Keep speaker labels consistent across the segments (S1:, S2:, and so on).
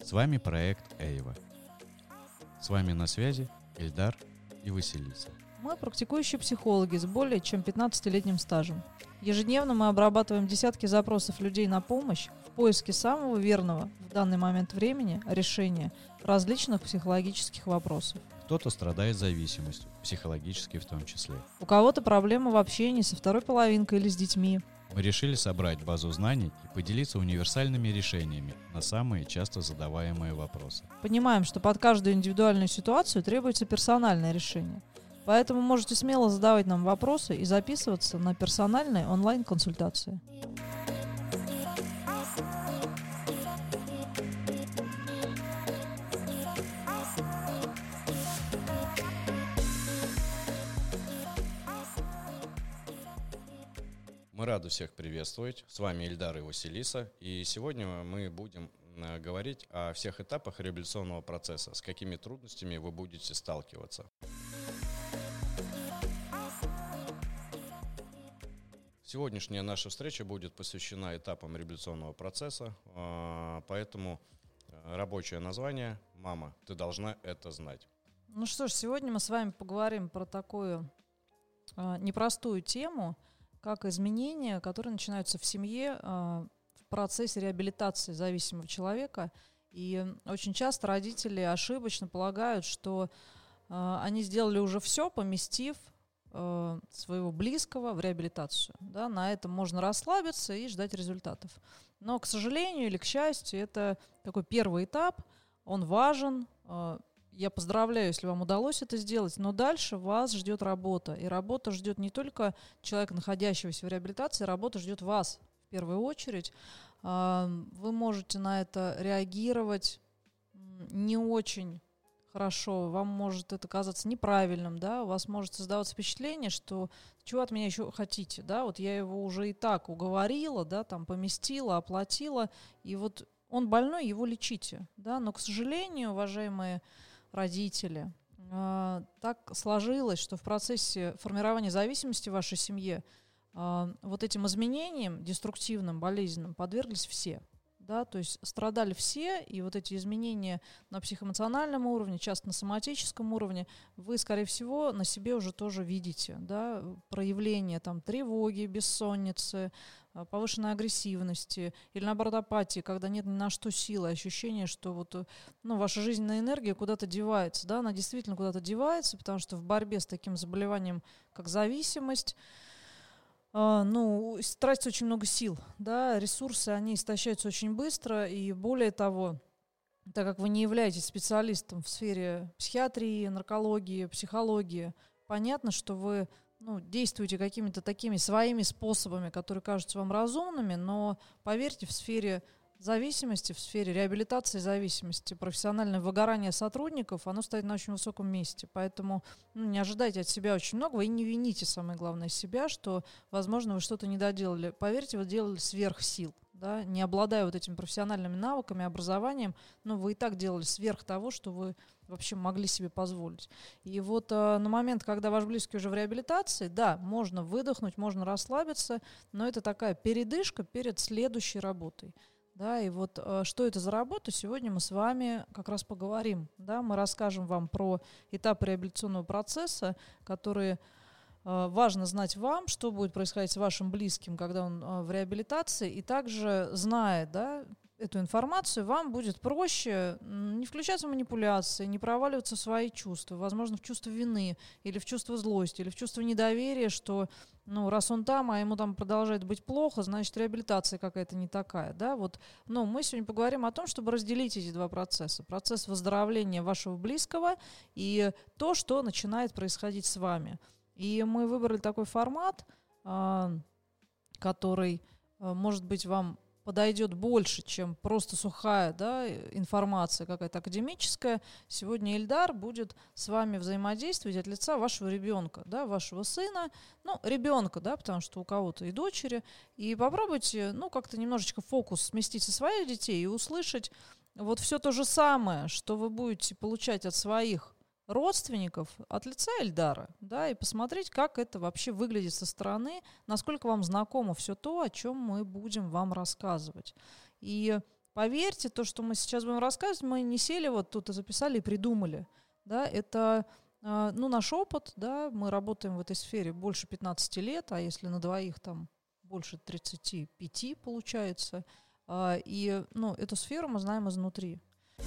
S1: С вами проект Эйва. С вами на связи Ильдар и Василиса.
S2: Мы практикующие психологи с более чем 15-летним стажем. Ежедневно мы обрабатываем десятки запросов людей на помощь в поиске самого верного в данный момент времени решения различных психологических вопросов.
S1: Кто-то страдает зависимостью, психологически в том числе.
S2: У кого-то проблемы в общении со второй половинкой или с детьми.
S1: Мы решили собрать базу знаний и поделиться универсальными решениями на самые часто задаваемые вопросы.
S2: Понимаем, что под каждую индивидуальную ситуацию требуется персональное решение. Поэтому можете смело задавать нам вопросы и записываться на персональные онлайн-консультации.
S1: Мы рады всех приветствовать. С вами Ильдар и Василиса. И сегодня мы будем говорить о всех этапах реабилитационного процесса, с какими трудностями вы будете сталкиваться. Сегодняшняя наша встреча будет посвящена этапам реабилитационного процесса, поэтому рабочее название «Мама, ты должна это знать».
S2: Ну что ж, сегодня мы с вами поговорим про такую непростую тему, как изменения, которые начинаются в семье в процессе реабилитации зависимого человека. И очень часто родители ошибочно полагают, что они сделали уже все, поместив своего близкого в реабилитацию. Да, на этом можно расслабиться и ждать результатов. Но, к сожалению или к счастью, это такой первый этап, он важен. Я поздравляю, если вам удалось это сделать, но дальше вас ждет работа. И работа ждет не только человека, находящегося в реабилитации, работа ждет вас в первую очередь. Вы можете на это реагировать не очень хорошо, вам может это казаться неправильным, да, у вас может создаваться впечатление, что чего от меня еще хотите, да, вот я его уже и так уговорила, да, там поместила, оплатила, и вот он больной, его лечите, да, но, к сожалению, уважаемые родители, так сложилось, что в процессе формирования зависимости в вашей семье вот этим изменениям, деструктивным, болезненным, подверглись все. Да, то есть страдали все, и вот эти изменения на психоэмоциональном уровне, часто на соматическом уровне, вы, скорее всего, на себе уже тоже видите, да, проявления там, тревоги, бессонницы, повышенной агрессивности или, наоборот, апатии, когда нет ни на что силы, ощущение, что вот, ваша жизненная энергия куда-то девается, да, она действительно куда-то девается, потому что в борьбе с таким заболеванием, как зависимость, тратится очень много сил, да, ресурсы, они истощаются очень быстро, и более того, так как вы не являетесь специалистом в сфере психиатрии, наркологии, психологии, понятно, что вы действуете какими-то такими своими способами, которые кажутся вам разумными, но поверьте, в сфере зависимости, в сфере реабилитации зависимости, профессиональное выгорание сотрудников, оно стоит на очень высоком месте. Поэтому не ожидайте от себя очень многого и не вините, самое главное, себя, что, возможно, вы что-то не доделали. Поверьте, вы делали сверх сил. Да? Не обладая вот этими профессиональными навыками, образованием, вы и так делали сверх того, что вы вообще могли себе позволить. И вот на момент, когда ваш близкий уже в реабилитации, да, можно выдохнуть, можно расслабиться, но это такая передышка перед следующей работой. Да, и вот что это за работа, сегодня мы с вами как раз поговорим. Да, мы расскажем вам про этапы реабилитационного процесса, которые важно знать вам, что будет происходить с вашим близким, когда он в реабилитации, и также, зная, да, эту информацию, вам будет проще не включаться в манипуляции, не проваливаться в свои чувства, возможно, в чувство вины, или в чувство злости, или в чувство недоверия, что, раз он там, а ему там продолжает быть плохо, значит, реабилитация какая-то не такая, да, вот, мы сегодня поговорим о том, чтобы разделить эти два процесса. Процесс выздоровления вашего близкого и то, что начинает происходить с вами. И мы выбрали такой формат, который, может быть, вам подойдет больше, чем просто сухая, да, информация какая-то академическая. Сегодня Ильдар будет с вами взаимодействовать от лица вашего ребенка, да, вашего сына, ребенка, да, потому что у кого-то и дочери. И попробуйте, как-то немножечко фокус сместить со своих детей и услышать вот все то же самое, что вы будете получать от своих родственников от лица Ильдара, да, и посмотреть, как это вообще выглядит со стороны, насколько вам знакомо все то, о чем мы будем вам рассказывать. И поверьте, то, что мы сейчас будем рассказывать, мы не сели вот тут и записали и придумали. Да, это наш опыт, да, мы работаем в этой сфере больше 15 лет, а если на двоих там больше 35 получается. И эту сферу мы знаем изнутри.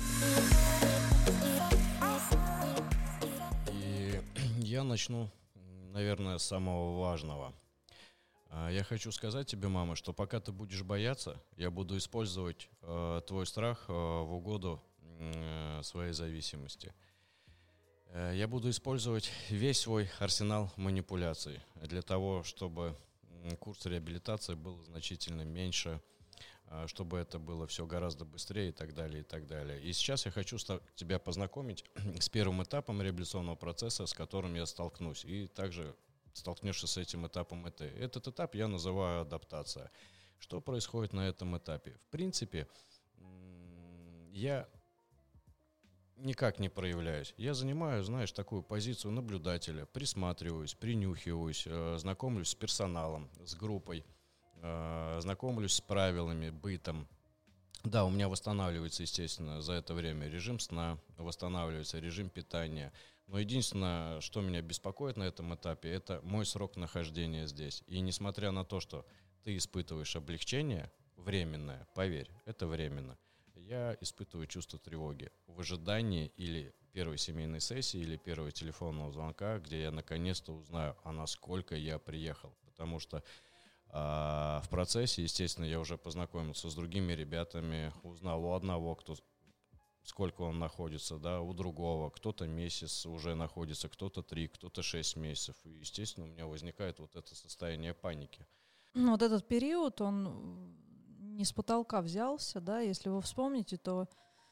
S1: И я начну, наверное, с самого важного. Я хочу сказать тебе, мама, что пока ты будешь бояться, я буду использовать твой страх в угоду своей зависимости. Я буду использовать весь свой арсенал манипуляций для того, чтобы курс реабилитации был значительно меньше, чтобы это было все гораздо быстрее и так далее, и так далее. И сейчас я хочу тебя познакомить с первым этапом реабилитационного процесса, с которым я столкнусь. И также столкнешься с этим этапом. Этот этап я называю адаптация. Что происходит на этом этапе? В принципе, я никак не проявляюсь. Я занимаю, знаешь, такую позицию наблюдателя, присматриваюсь, принюхиваюсь, знакомлюсь с персоналом, с группой, знакомлюсь с правилами, бытом. Да, у меня восстанавливается, естественно, за это время режим сна, восстанавливается режим питания. Но единственное, что меня беспокоит на этом этапе, это мой срок нахождения здесь. И несмотря на то, что ты испытываешь облегчение временное, поверь, это временно, я испытываю чувство тревоги в ожидании или первой семейной сессии, или первого телефонного звонка, где я наконец-то узнаю, насколько я приехал. Потому что в процессе, естественно, я уже познакомился с другими ребятами, узнал у одного, сколько он находится, да, у другого, кто-то месяц уже находится, кто-то 3, кто-то 6 месяцев. И, естественно, у меня возникает вот это состояние паники.
S2: Вот этот период, он не с потолка взялся, да, если вы вспомните, то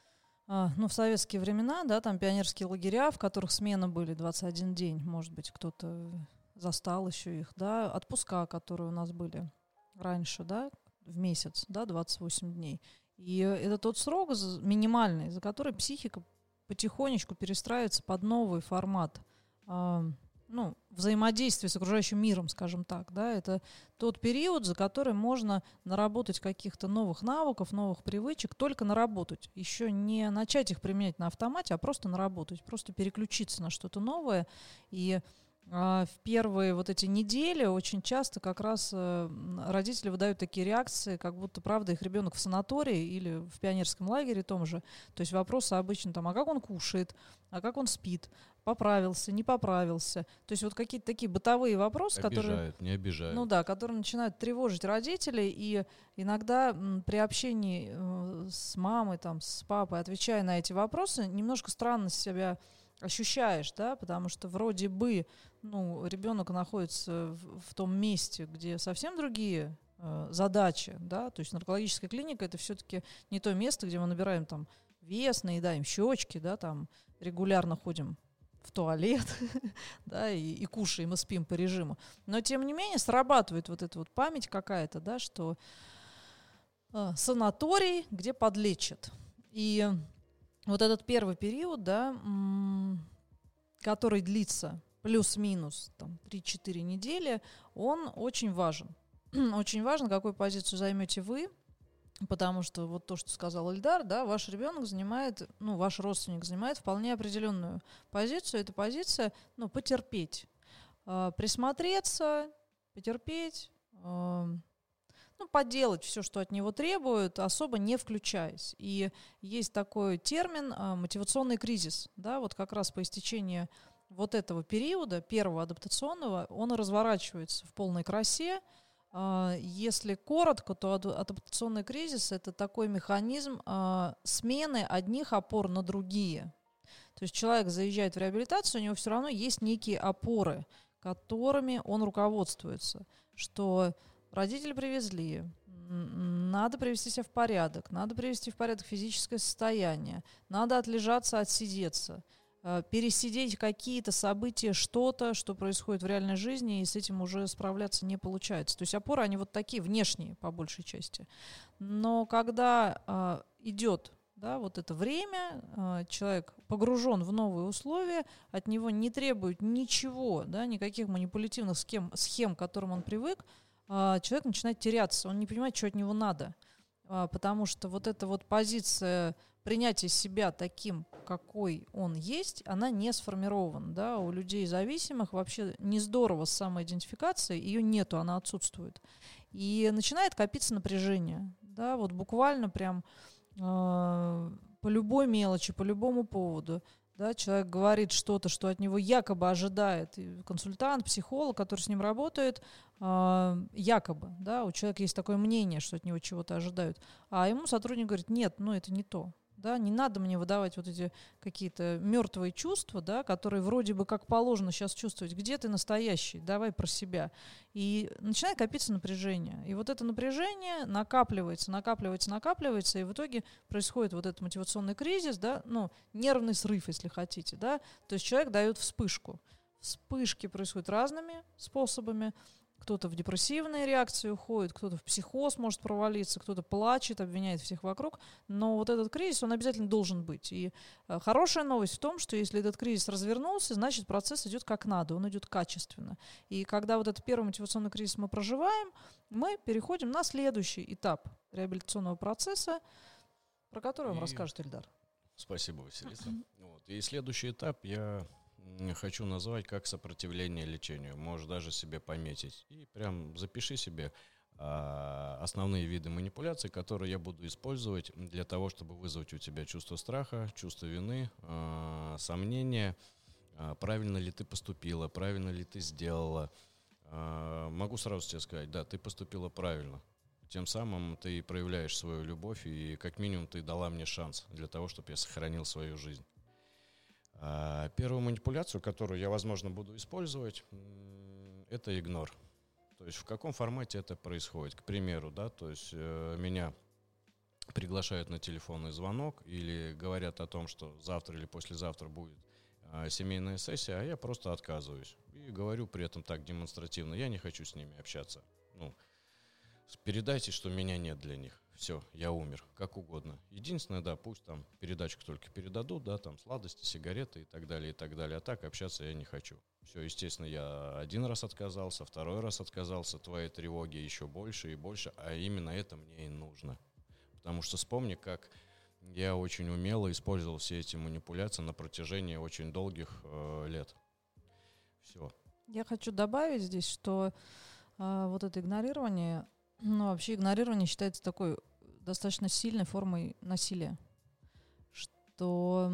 S2: в советские времена, да, там пионерские лагеря, в которых смены были 21 день, может быть, кто-то застал еще их, да, отпуска, которые у нас были раньше, да, в месяц, да, 28 дней. И это тот срок минимальный, за который психика потихонечку перестраивается под новый формат взаимодействия с окружающим миром, скажем так, да, это тот период, за который можно наработать каких-то новых навыков, новых привычек, только наработать, еще не начать их применять на автомате, а просто наработать, просто переключиться на что-то новое. И в первые вот эти недели очень часто как раз родители выдают такие реакции, как будто, правда, их ребенок в санатории или в пионерском лагере том же. То есть вопросы обычно там, а как он кушает, а как он спит, поправился, не поправился. То есть вот какие-то такие бытовые вопросы,
S1: обижают, не обижают.
S2: Которые начинают тревожить родителей. И иногда при общении с мамой, там, с папой, отвечая на эти вопросы, немножко странно себя ощущаешь, да, потому что вроде бы ребенок находится в том месте, где совсем другие задачи, да, то есть наркологическая клиника — это все-таки не то место, где мы набираем там вес, наедаем щечки, да, там регулярно ходим в туалет, да, и кушаем, и спим по режиму. Но, тем не менее, срабатывает вот эта вот память какая-то, да, что санаторий, где подлечат. И вот этот первый период, да, который длится плюс-минус 3-4 недели, он очень важен. Очень важно, какую позицию займете вы, потому что вот то, что сказал Ильдар, да, ваш ребенок занимает, ваш родственник занимает вполне определенную позицию. Это позиция, потерпеть, присмотреться, потерпеть, поделать все, что от него требуют, особо не включаясь. И есть такой термин мотивационный кризис. Да, вот как раз по истечении вот этого периода, первого адаптационного, он разворачивается в полной красе. Если коротко, то адаптационный кризис — это такой механизм смены одних опор на другие. То есть человек заезжает в реабилитацию, у него все равно есть некие опоры, которыми он руководствуется, что родители привезли, надо привести себя в порядок, надо привести в порядок физическое состояние, надо отлежаться, отсидеться, пересидеть какие-то события, что-то, что происходит в реальной жизни, и с этим уже справляться не получается. То есть опоры, они вот такие внешние, по большей части. Но когда идет, да, вот это время, человек погружен в новые условия, от него не требуют ничего, да, никаких манипулятивных схем, к которым он привык, человек начинает теряться, он не понимает, что от него надо. потому что вот эта вот позиция принятия себя таким, какой он есть, она не сформирована. Да? У людей зависимых вообще не здорово с самоидентификацией, ее нету, она отсутствует. И начинает копиться напряжение. Да? Вот буквально прям по любой мелочи, по любому поводу. Да, человек говорит что-то, что от него якобы ожидает консультант, психолог, который с ним работает, якобы, да, у человека есть такое мнение, что от него чего-то ожидают, а ему сотрудник говорит, нет, ну это не то. Да, не надо мне выдавать вот эти какие-то мертвые чувства, да, которые вроде бы как положено сейчас чувствовать. Где ты настоящий? Давай про себя. И начинает копиться напряжение. И вот это напряжение накапливается, и в итоге происходит вот этот мотивационный кризис, да, ну, нервный срыв, если хотите. Да. То есть человек дает вспышку. Вспышки происходят разными способами. Кто-то в депрессивные реакции уходит, кто-то в психоз может провалиться, кто-то плачет, обвиняет всех вокруг. Но вот этот кризис, он обязательно должен быть. И хорошая новость в том, что если этот кризис развернулся, значит процесс идет как надо, он идет качественно. И когда вот этот первый мотивационный кризис мы проживаем, мы переходим на следующий этап реабилитационного процесса, про который вам расскажет Ильдар.
S1: Спасибо, Василиса. И следующий этап я хочу назвать как сопротивление лечению. Можешь даже себе пометить. И прям запиши себе основные виды манипуляций, которые я буду использовать для того, чтобы вызвать у тебя чувство страха, чувство вины, сомнения, правильно ли ты поступила, правильно ли ты сделала. Могу сразу тебе сказать, да, ты поступила правильно. Тем самым ты проявляешь свою любовь, и как минимум ты дала мне шанс для того, чтобы я сохранил свою жизнь. Первую манипуляцию, которую я, возможно, буду использовать, это игнор. То есть в каком формате это происходит? К примеру, да, то есть меня приглашают на телефонный звонок или говорят о том, что завтра или послезавтра будет семейная сессия, а я просто отказываюсь. И говорю при этом так демонстративно, я не хочу с ними общаться. Ну, передайте, что меня нет для них. Все, я умер, как угодно. Единственное, да, пусть там передачку только передадут, да, там сладости, сигареты и так далее, и так далее. А так общаться я не хочу. Все, естественно, я один раз отказался, второй раз отказался, твои тревоги еще больше и больше, а именно это мне и нужно. Потому что вспомни, как я очень умело использовал все эти манипуляции на протяжении очень долгих лет. Все.
S2: Я хочу добавить здесь, что вот это игнорирование, ну, вообще игнорирование считается такой достаточно сильной формой насилия, что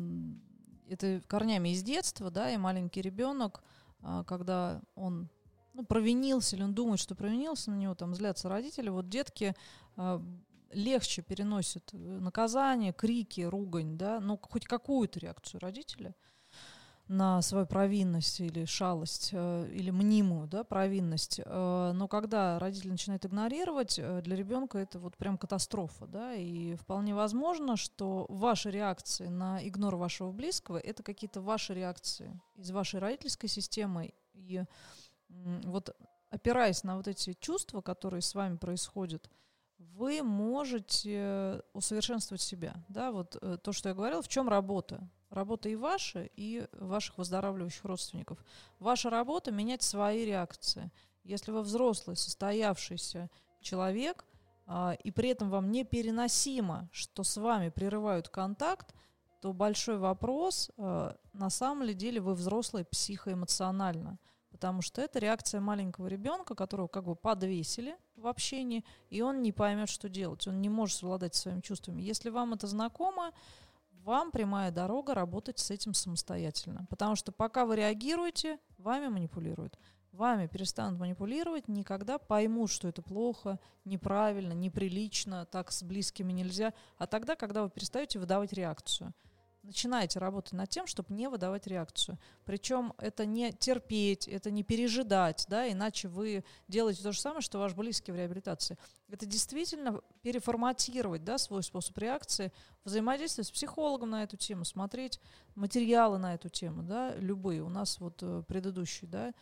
S2: это корнями из детства, да, и маленький ребенок, когда он провинился или он думает, что провинился, на него там злятся родители, вот детки легче переносят наказание, крики, ругань, да, ну, хоть какую-то реакцию родителя на свою провинность или шалость, или мнимую, да, провинность. Но когда родители начинают игнорировать, для ребенка это вот прям катастрофа. Да, и вполне возможно, что ваши реакции на игнор вашего близкого – это какие-то ваши реакции из вашей родительской системы. И вот опираясь на вот эти чувства, которые с вами происходят, вы можете усовершенствовать себя. Да, вот то, что я говорила, в чем работа? Работа и ваша, и ваших выздоравливающих родственников. Ваша работа – менять свои реакции. Если вы взрослый, состоявшийся человек, и при этом вам непереносимо, что с вами прерывают контакт, то большой вопрос, на самом ли деле вы взрослый психоэмоционально. Потому что это реакция маленького ребенка, которого как бы подвесили в общении, и он не поймет, что делать. Он не может совладать своими чувствами. Если вам это знакомо, вам прямая дорога работать с этим самостоятельно. Потому что пока вы реагируете, вами манипулируют. Вами перестанут манипулировать, никогда поймут, что это плохо, неправильно, неприлично, так с близкими нельзя. А тогда, когда вы перестаете выдавать реакцию. Начинаете работать над тем, чтобы не выдавать реакцию. Причем это не терпеть, это не пережидать, да, иначе вы делаете то же самое, что ваш близкий в реабилитации. Это действительно переформатировать, да, свой способ реакции, взаимодействовать с психологом на эту тему, смотреть материалы на эту тему, да, любые. У нас вот предыдущий, да,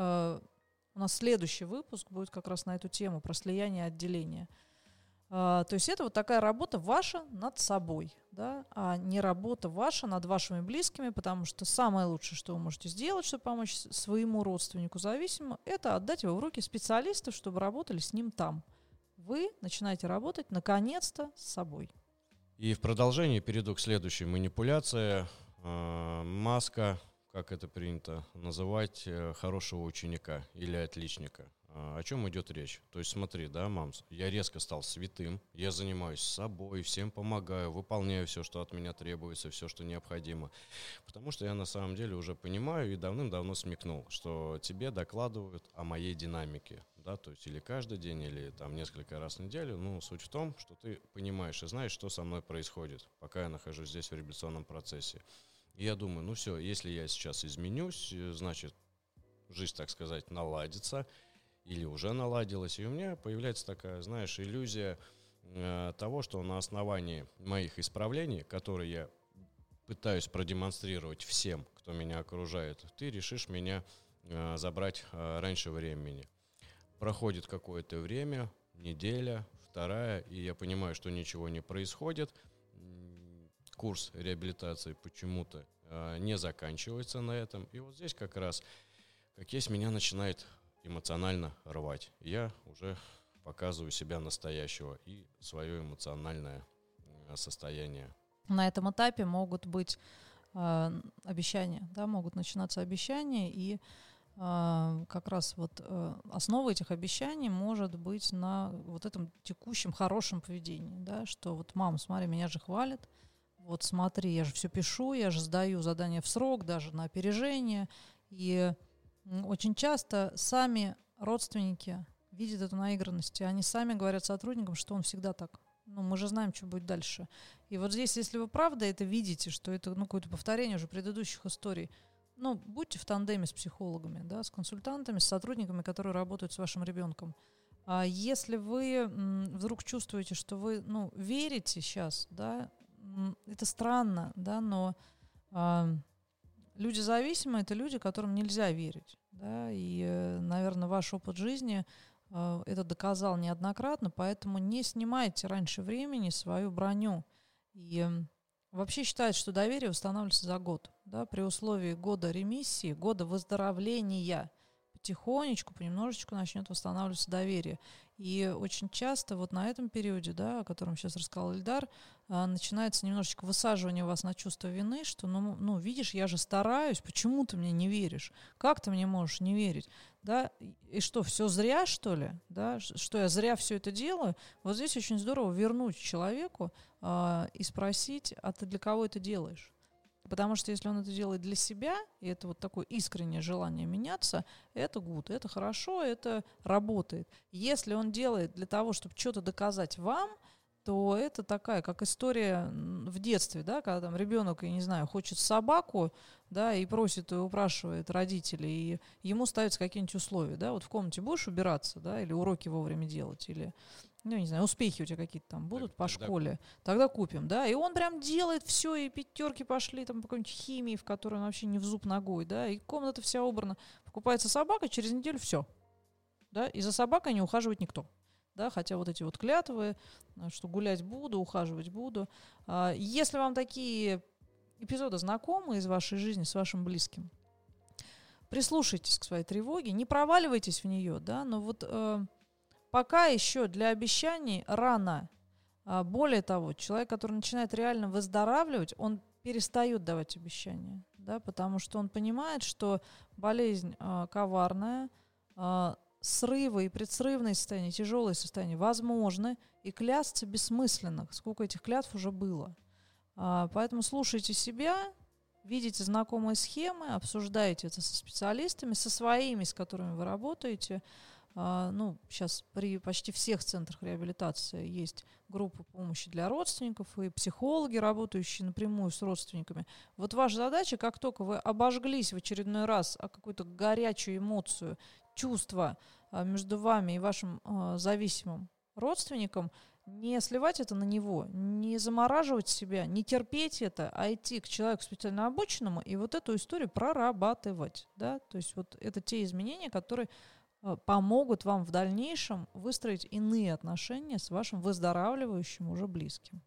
S2: у нас следующий выпуск будет как раз на эту тему, про слияние и отделение. То есть это вот такая работа ваша над собой, да, а не работа ваша над вашими близкими, потому что самое лучшее, что вы можете сделать, чтобы помочь своему родственнику зависимому, это отдать его в руки специалистов, чтобы работали с ним там. вы начинаете работать наконец-то с собой.
S1: И в продолжении перейду к следующей манипуляции. Маска, как это принято называть, хорошего ученика или отличника. О чем идет речь? То есть смотри, да, мамс, я резко стал святым, я занимаюсь собой, всем помогаю, выполняю все, что от меня требуется, все, что необходимо. Потому что я на самом деле уже понимаю и давным-давно смекнул, что тебе докладывают о моей динамике. Да, то есть или каждый день, или там несколько раз в неделю. Ну, суть в том, что ты понимаешь и знаешь, что со мной происходит, пока я нахожусь здесь в реабилитационном процессе. И я думаю, ну все, если я сейчас изменюсь, значит, жизнь, так сказать, наладится, или уже наладилась. И у меня появляется такая, знаешь, иллюзия того, что на основании моих исправлений, которые я пытаюсь продемонстрировать всем, кто меня окружает, ты решишь меня забрать раньше времени. Проходит какое-то время, неделя, вторая, и я понимаю, что ничего не происходит. Курс реабилитации почему-то не заканчивается на этом. И вот здесь как раз, как есть, меня начинает эмоционально рвать. Я уже показываю себя настоящего и свое эмоциональное состояние.
S2: На этом этапе могут быть обещания, да, могут начинаться обещания, и как раз вот основа этих обещаний может быть на вот этом текущем хорошем поведении, да, что вот мама, смотри, меня же хвалят, вот смотри, я же все пишу, я же сдаю задания в срок, даже на опережение, и очень часто сами родственники видят эту наигранность, и они сами говорят сотрудникам, что он всегда так. Ну, мы же знаем, что будет дальше. И вот здесь, если вы правда это видите, что это какое-то повторение уже предыдущих историй, ну, будьте в тандеме с психологами, да, с консультантами, с сотрудниками, которые работают с вашим ребенком. А если вы вдруг чувствуете, что вы, ну, верите сейчас, да, это странно, да, но люди зависимые – это люди, которым нельзя верить, да, и, наверное, ваш опыт жизни это доказал неоднократно, поэтому не снимайте раньше времени свою броню. И вообще считается, что доверие восстанавливается за год, да, при условии года ремиссии, года выздоровления. Потихонечку, понемножечку начнет восстанавливаться доверие. И очень часто вот на этом периоде, да, о котором сейчас рассказал Ильдар, начинается немножечко высаживание вас на чувство вины, что, ну, видишь, я же стараюсь, почему ты мне не веришь? Как ты мне можешь не верить? Да? И что, все зря, что ли? Да? Что я зря все это делаю? Вот здесь очень здорово вернуть человеку и спросить, а ты для кого это делаешь? Потому что если он это делает для себя, и это вот такое искреннее желание меняться, это good, это хорошо, это работает. Если он делает для того, чтобы что-то доказать вам, то это такая, как история в детстве, да, когда там ребенок, я не знаю, хочет собаку, да, и просит и упрашивает родителей, и ему ставятся какие-нибудь условия, да, вот в комнате будешь убираться, да, или уроки вовремя делать, или, ну, не знаю, успехи у тебя какие-то там будут по школе, тогда купим, да, и он прям делает все, и пятерки пошли там по какой-нибудь химии, в которой он вообще не в зуб ногой, да, и комната вся убрана, покупается собака, через неделю все, да, и за собакой не ухаживает никто. Да, хотя вот эти вот клятвы, что гулять буду, ухаживать буду. Если вам такие эпизоды знакомы из вашей жизни с вашим близким, прислушайтесь к своей тревоге, не проваливайтесь в нее, да, но вот пока еще для обещаний рано. Более того, человек, который начинает реально выздоравливать, он перестает давать обещания, да, потому что он понимает, что болезнь коварная, срывы и предсрывные состояния, тяжелые состояния возможны, и клясться бессмысленно. Сколько этих клятв уже было. Поэтому слушайте себя, видите знакомые схемы, обсуждайте это со специалистами, со своими, с которыми вы работаете. Ну, сейчас при почти всех центрах реабилитации есть группы помощи для родственников и психологи, работающие напрямую с родственниками. Вот ваша задача, как только вы обожглись в очередной раз о какую-то горячую эмоцию, чувство между вами и вашим зависимым родственником, не сливать это на него, не замораживать себя, не терпеть это, а идти к человеку специально обученному и вот эту историю прорабатывать. Да? То есть вот это те изменения, которые помогут вам в дальнейшем выстроить иные отношения с вашим выздоравливающим уже близким.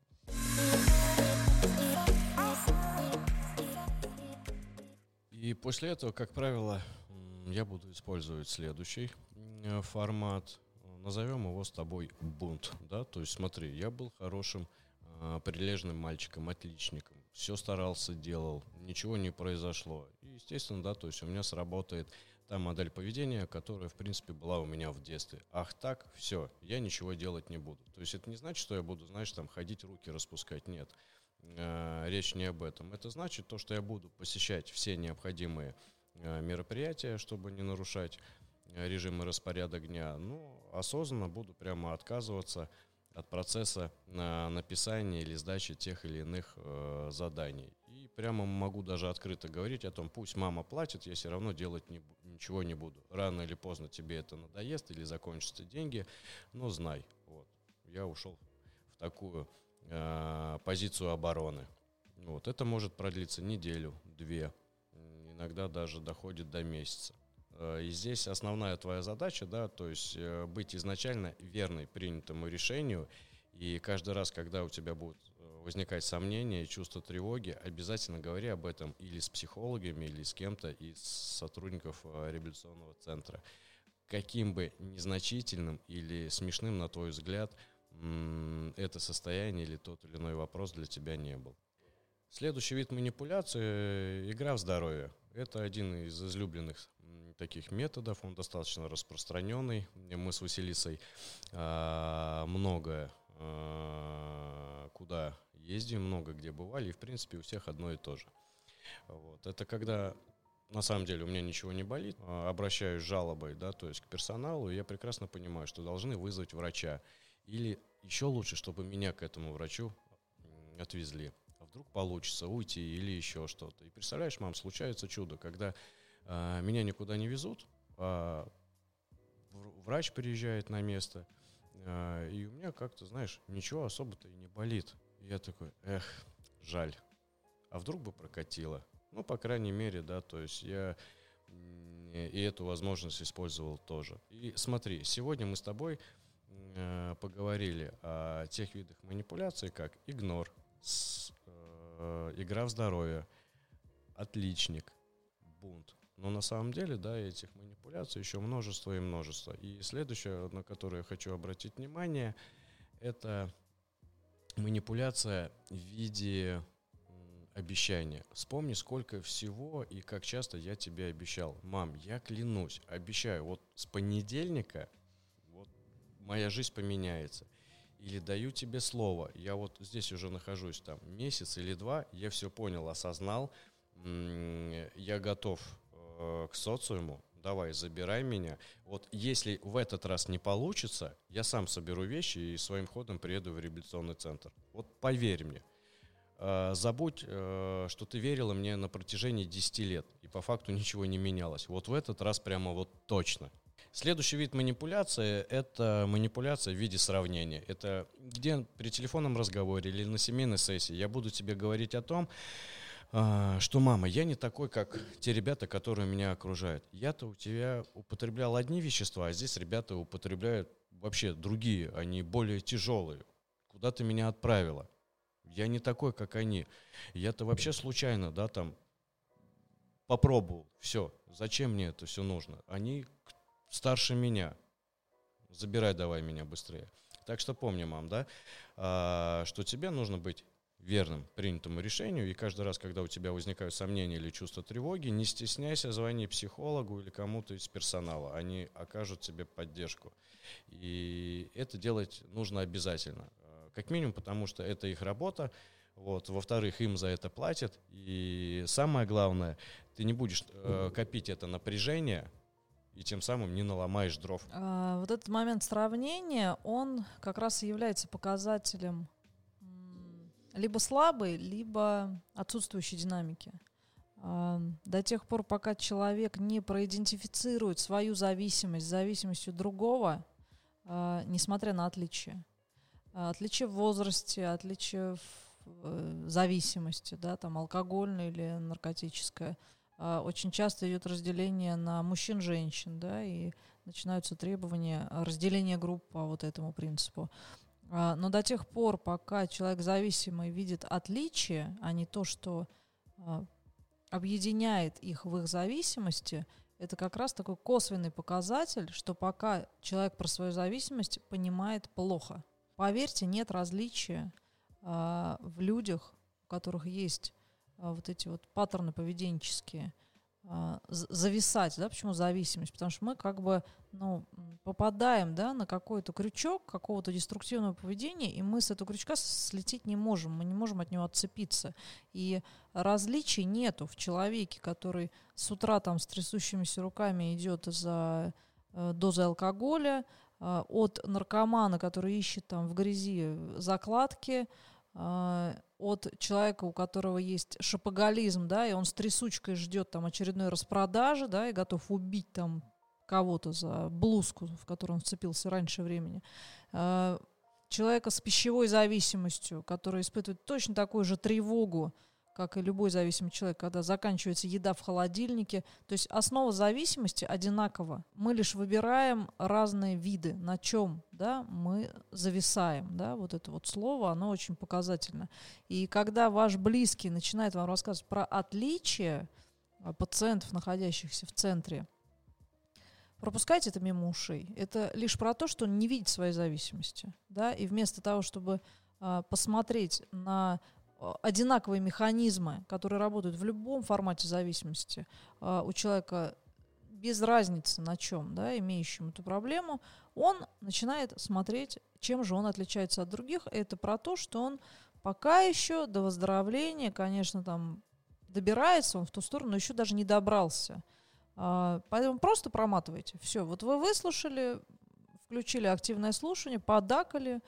S1: И после этого, как правило, я буду использовать следующий формат. назовем его с тобой бунт, да, то есть смотри, я был хорошим, прилежным мальчиком, отличником, все старался, делал, ничего не произошло. И, естественно, да, то есть у меня сработает та модель поведения, которая, в принципе, была у меня в детстве. Ах так, все, я ничего делать не буду. То есть это не значит, что я буду, знаешь, там ходить, руки распускать, нет. Речь не об этом. Это значит то, что я буду посещать все необходимые мероприятия, чтобы не нарушать режим и распорядок дня. Ну, осознанно буду прямо отказываться от процесса написания или сдачи тех или иных заданий. И прямо могу даже открыто говорить о том, пусть мама платит, я все равно делать ничего не буду. Рано или поздно тебе это надоест или закончатся деньги, но знай, вот, я ушел в такую позицию обороны. Вот, это может продлиться неделю, две, иногда даже доходит до месяца. И здесь основная твоя задача, да, то есть быть изначально верной принятому решению, и каждый раз, когда у тебя будут возникать сомнения, чувство тревоги, обязательно говори об этом или с психологами, или с кем-то из сотрудников реабилитационного центра. Каким бы незначительным или смешным, на твой взгляд, это состояние или тот или иной вопрос для тебя не был. Следующий вид манипуляции – игра в здоровье. Это один из излюбленных таких методов, он достаточно распространенный. Мы с Василисой много куда ездим, много где бывали, и в принципе у всех одно и то же. Вот. Это когда на самом деле у меня ничего не болит, обращаюсь с жалобой, да, то есть к персоналу, и я прекрасно понимаю, что должны вызвать врача. Или еще лучше, чтобы меня к этому врачу отвезли. А вдруг получится уйти или еще что-то. И представляешь, мам, случается чудо, когда меня никуда не везут, а врач приезжает на место, и у меня как-то, знаешь, ничего особо-то и не болит. И я такой, жаль. А вдруг бы прокатило? Ну, по крайней мере, да, то есть я и эту возможность использовал тоже. И смотри, сегодня мы с тобой поговорили о тех видах манипуляций, как игнор, игра в здоровье, отличник, бунт. Но на самом деле, да, этих манипуляций еще множество и множество. И следующее, на которое я хочу обратить внимание, это манипуляция в виде обещания. Вспомни, сколько всего и как часто я тебе обещал. Мам, я клянусь, обещаю, вот с понедельника вот моя жизнь поменяется. Или даю тебе слово, я вот здесь уже нахожусь там месяц или два, я все понял, осознал, я готов к социуму, давай, забирай меня. Вот если в этот раз не получится, я сам соберу вещи и своим ходом приеду в реабилитационный центр. Вот поверь мне. Забудь, что ты верила мне на протяжении 10 лет, и по факту ничего не менялось. Вот в этот раз прямо вот точно. Следующий вид манипуляции – это манипуляция в виде сравнения. Это где при телефонном разговоре или на семейной сессии я буду тебе говорить о том, что, мама, я не такой, как те ребята, которые меня окружают. Я-то у тебя употреблял одни вещества, а здесь ребята употребляют вообще другие, они более тяжелые. Куда ты меня отправила? Я не такой, как они. Я-то вообще случайно, да, там, попробовал. Все, зачем мне это все нужно? Они старше меня. Забирай давай меня быстрее. Так что помни, мам, да, что тебе нужно быть верным принятому решению, и каждый раз, когда у тебя возникают сомнения или чувство тревоги, не стесняйся, звони психологу или кому-то из персонала, они окажут тебе поддержку. И это делать нужно обязательно, как минимум, потому что это их работа, вот. Во-вторых, им за это платят, и самое главное, ты не будешь копить это напряжение, и тем самым не наломаешь дров.
S2: Вот этот момент сравнения, он как раз и является показателем либо слабой, либо отсутствующей динамики. До тех пор, пока человек не проидентифицирует свою зависимость с зависимостью другого, несмотря на отличия. Отличия в возрасте, отличия в зависимости, да, там, алкогольная или наркотическая. Очень часто идет разделение на мужчин-женщин, да, и начинаются требования разделения групп по вот этому принципу. Но до тех пор, пока человек зависимый видит отличия, а не то, что объединяет их в их зависимости, это как раз такой косвенный показатель, что пока человек про свою зависимость понимает плохо. Поверьте, нет различия в людях, у которых есть вот эти вот паттерны поведенческие, зависать, да, почему зависимость? Потому что мы как бы, попадаем, да, на какой-то крючок какого-то деструктивного поведения, и мы с этого крючка слететь не можем, мы не можем от него отцепиться. И различий нету в человеке, который с утра там с трясущимися руками идет за дозой алкоголя, от наркомана, который ищет там в грязи закладки, от человека, у которого есть шопоголизм, да, и он с трясучкой ждет там очередной распродажи, да, и готов убить там кого-то за блузку, в которую он вцепился раньше времени. Человека с пищевой зависимостью, который испытывает точно такую же тревогу, как и любой зависимый человек, когда заканчивается еда в холодильнике. То есть основа зависимости одинакова. Мы лишь выбираем разные виды, на чем, да, мы зависаем. Да, вот это вот слово, оно очень показательно. И когда ваш близкий начинает вам рассказывать про отличия пациентов, находящихся в центре, пропускайте это мимо ушей. Это лишь про то, что он не видит своей зависимости. Да? И вместо того, чтобы посмотреть на одинаковые механизмы, которые работают в любом формате зависимости у человека, без разницы на чем, да, имеющим эту проблему, он начинает смотреть, чем же он отличается от других. Это про то, что он пока еще до выздоровления, конечно, там добирается он в ту сторону, но еще даже не добрался. Поэтому просто проматывайте. Все, вот вы выслушали, включили активное слушание, подакали,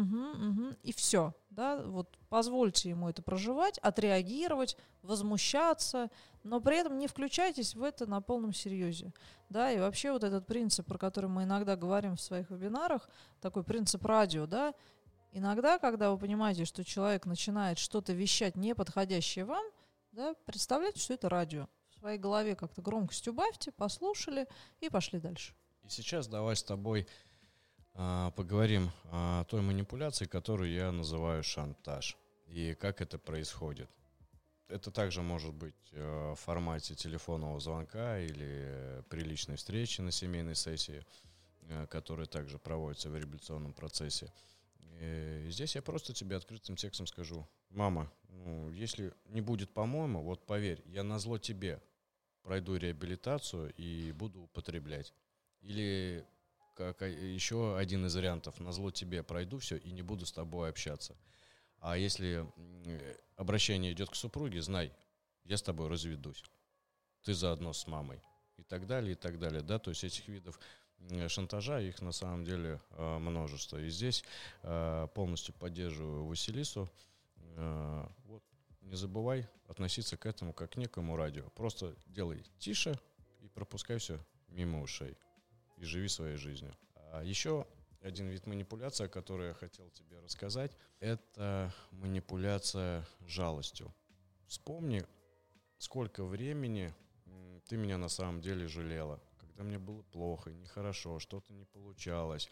S2: и все. Да? Вот позвольте ему это проживать, отреагировать, возмущаться, но при этом не включайтесь в это на полном серьезе. Да? И вообще вот этот принцип, про который мы иногда говорим в своих вебинарах, такой принцип радио, да, иногда, когда вы понимаете, что человек начинает что-то вещать, неподходящее вам, да, представляете, что это радио. В своей голове как-то громкость убавьте, послушали и пошли дальше.
S1: И сейчас давай с тобой поговорим о той манипуляции, которую я называю шантаж. И как это происходит. Это также может быть в формате телефонного звонка или при личной встрече на семейной сессии, которая также проводится в реабилитационном процессе. И здесь я просто тебе открытым текстом скажу: мама, если не будет по-моему, вот поверь, я назло тебе пройду реабилитацию и буду употреблять. Или как еще один из вариантов: назло тебе пройду все и не буду с тобой общаться. А если обращение идет к супруге, знай, я с тобой разведусь. Ты заодно с мамой. И так далее, и так далее. Да? То есть этих видов шантажа, их на самом деле множество. И здесь полностью поддерживаю Василису. Вот, не забывай относиться к этому как к некому радио. Просто делай тише и пропускай все мимо ушей. И живи своей жизнью. А еще один вид манипуляции, о которой я хотел тебе рассказать, это манипуляция жалостью. Вспомни, сколько времени ты меня на самом деле жалела, когда мне было плохо, нехорошо, что-то не получалось.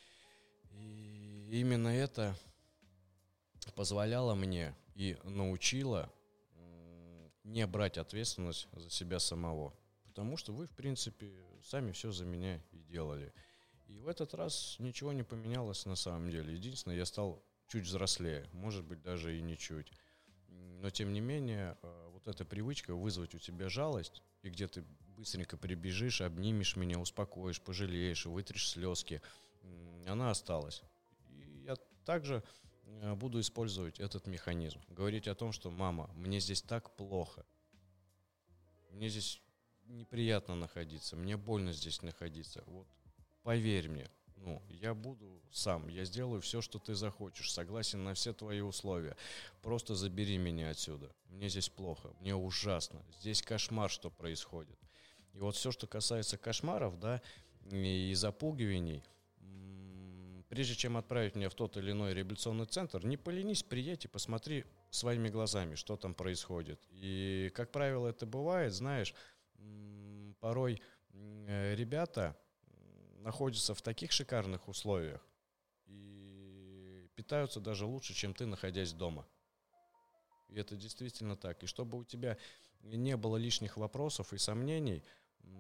S1: И именно это позволяло мне и научило не брать ответственность за себя самого. Потому что вы, в принципе, сами все за меня и делали. И в этот раз ничего не поменялось на самом деле. Единственное, я стал чуть взрослее, может быть, даже и не чуть. Но, тем не менее, вот эта привычка вызвать у тебя жалость, и где ты быстренько прибежишь, обнимешь меня, успокоишь, пожалеешь, вытрешь слезки, она осталась. И я также буду использовать этот механизм. Говорить о том, что мама, мне здесь так плохо, мне здесь неприятно находиться, мне больно здесь находиться. Вот поверь мне, я буду сам, я сделаю все, что ты захочешь, согласен на все твои условия. Просто забери меня отсюда. Мне здесь плохо, мне ужасно, здесь кошмар, что происходит. И вот все, что касается кошмаров, да, и запугиваний, прежде чем отправить меня в тот или иной реабилитационный центр, не поленись, приедь и посмотри своими глазами, что там происходит. И, как правило, это бывает, знаешь, порой ребята находятся в таких шикарных условиях и питаются даже лучше, чем ты, находясь дома. И это действительно так. И чтобы у тебя не было лишних вопросов и сомнений,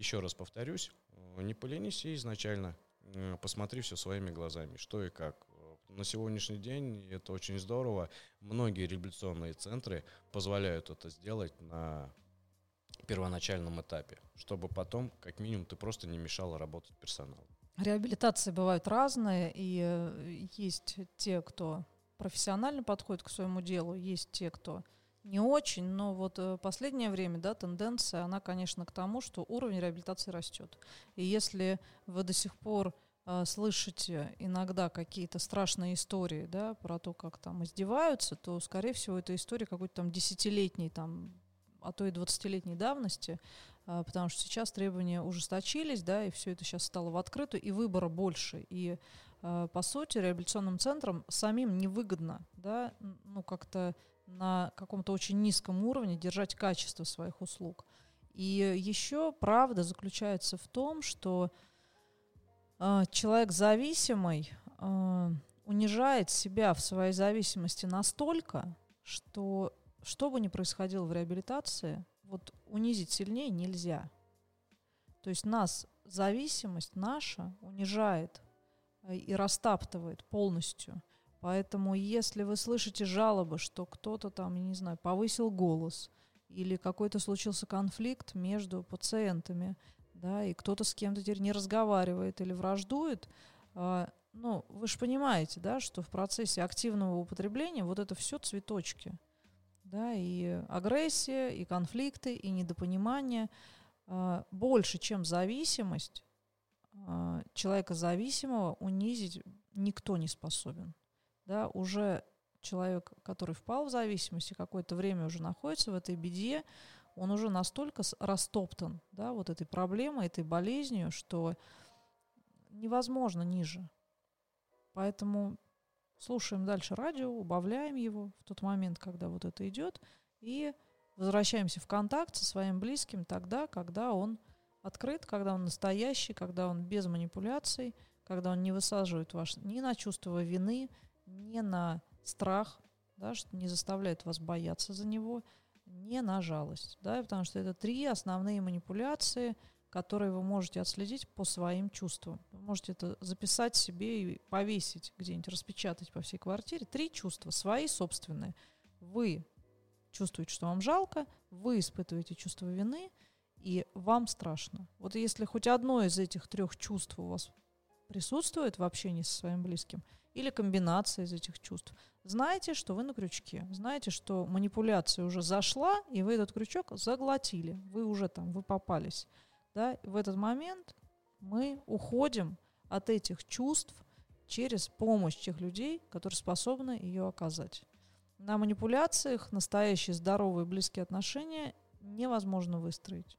S1: еще раз повторюсь, не поленись и изначально посмотри все своими глазами, что и как. На сегодняшний день это очень здорово. Многие реабилитационные центры позволяют это сделать на первоначальном этапе, чтобы потом, как минимум, ты просто не мешала работать персоналу.
S2: Реабилитации бывают разные, и есть те, кто профессионально подходит к своему делу, есть те, кто не очень, но вот последнее время, да, тенденция, она, конечно, к тому, что уровень реабилитации растет. И если вы до сих пор слышите иногда какие-то страшные истории, да, про то, как там издеваются, то, скорее всего, это история какой-то там 10-летней, там, а то и 20-летней давности, потому что сейчас требования ужесточились, да, и все это сейчас стало в открытую, и выбора больше. И, по сути, реабилитационным центрам самим невыгодно, да, ну, как-то на каком-то очень низком уровне держать качество своих услуг. И еще правда заключается в том, что человек зависимый унижает себя в своей зависимости настолько, что бы ни происходило в реабилитации, вот унизить сильнее нельзя. То есть нас зависимость наша унижает и растаптывает полностью. Поэтому если вы слышите жалобы, что кто-то там, я не знаю, повысил голос или какой-то случился конфликт между пациентами, да, и кто-то с кем-то теперь не разговаривает или враждует, ну, вы же понимаете, да, что в процессе активного употребления вот это все цветочки, да, и агрессия, и конфликты, и недопонимание больше, чем зависимость, человека зависимого унизить никто не способен, да, уже человек, который впал в зависимость и какое-то время уже находится в этой беде, он уже настолько растоптан, да, вот этой проблемой, этой болезнью, что невозможно ниже. Поэтому слушаем дальше радио, убавляем его в тот момент, когда вот это идет, и возвращаемся в контакт со своим близким тогда, когда он открыт, когда он настоящий, когда он без манипуляций, когда он не высаживает вас ни на чувство вины, ни на страх, да, что не заставляет вас бояться за него, не на жалость, да, потому что это 3 основные манипуляции, которые вы можете отследить по своим чувствам. Вы можете это записать себе и повесить где-нибудь, распечатать по всей квартире. 3 чувства, свои собственные. Вы чувствуете, что вам жалко, вы испытываете чувство вины, и вам страшно. Вот если хоть одно из этих 3 чувств у вас присутствует в общении со своим близким, или комбинация из этих чувств, знаете, что вы на крючке, знаете, что манипуляция уже зашла, и вы этот крючок заглотили, вы уже там, вы попались. Да? В этот момент мы уходим от этих чувств через помощь тех людей, которые способны ее оказать. На манипуляциях настоящие здоровые близкие отношения невозможно выстроить.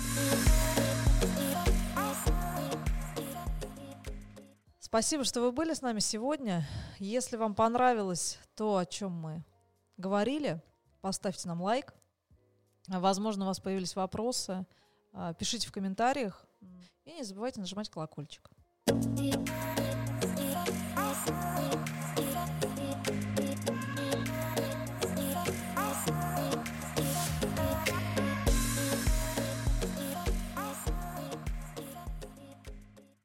S2: Спасибо, что вы были с нами сегодня. Если вам понравилось то, о чем мы говорили, поставьте нам лайк. Возможно, у вас появились вопросы. Пишите в комментариях. И не забывайте нажимать колокольчик.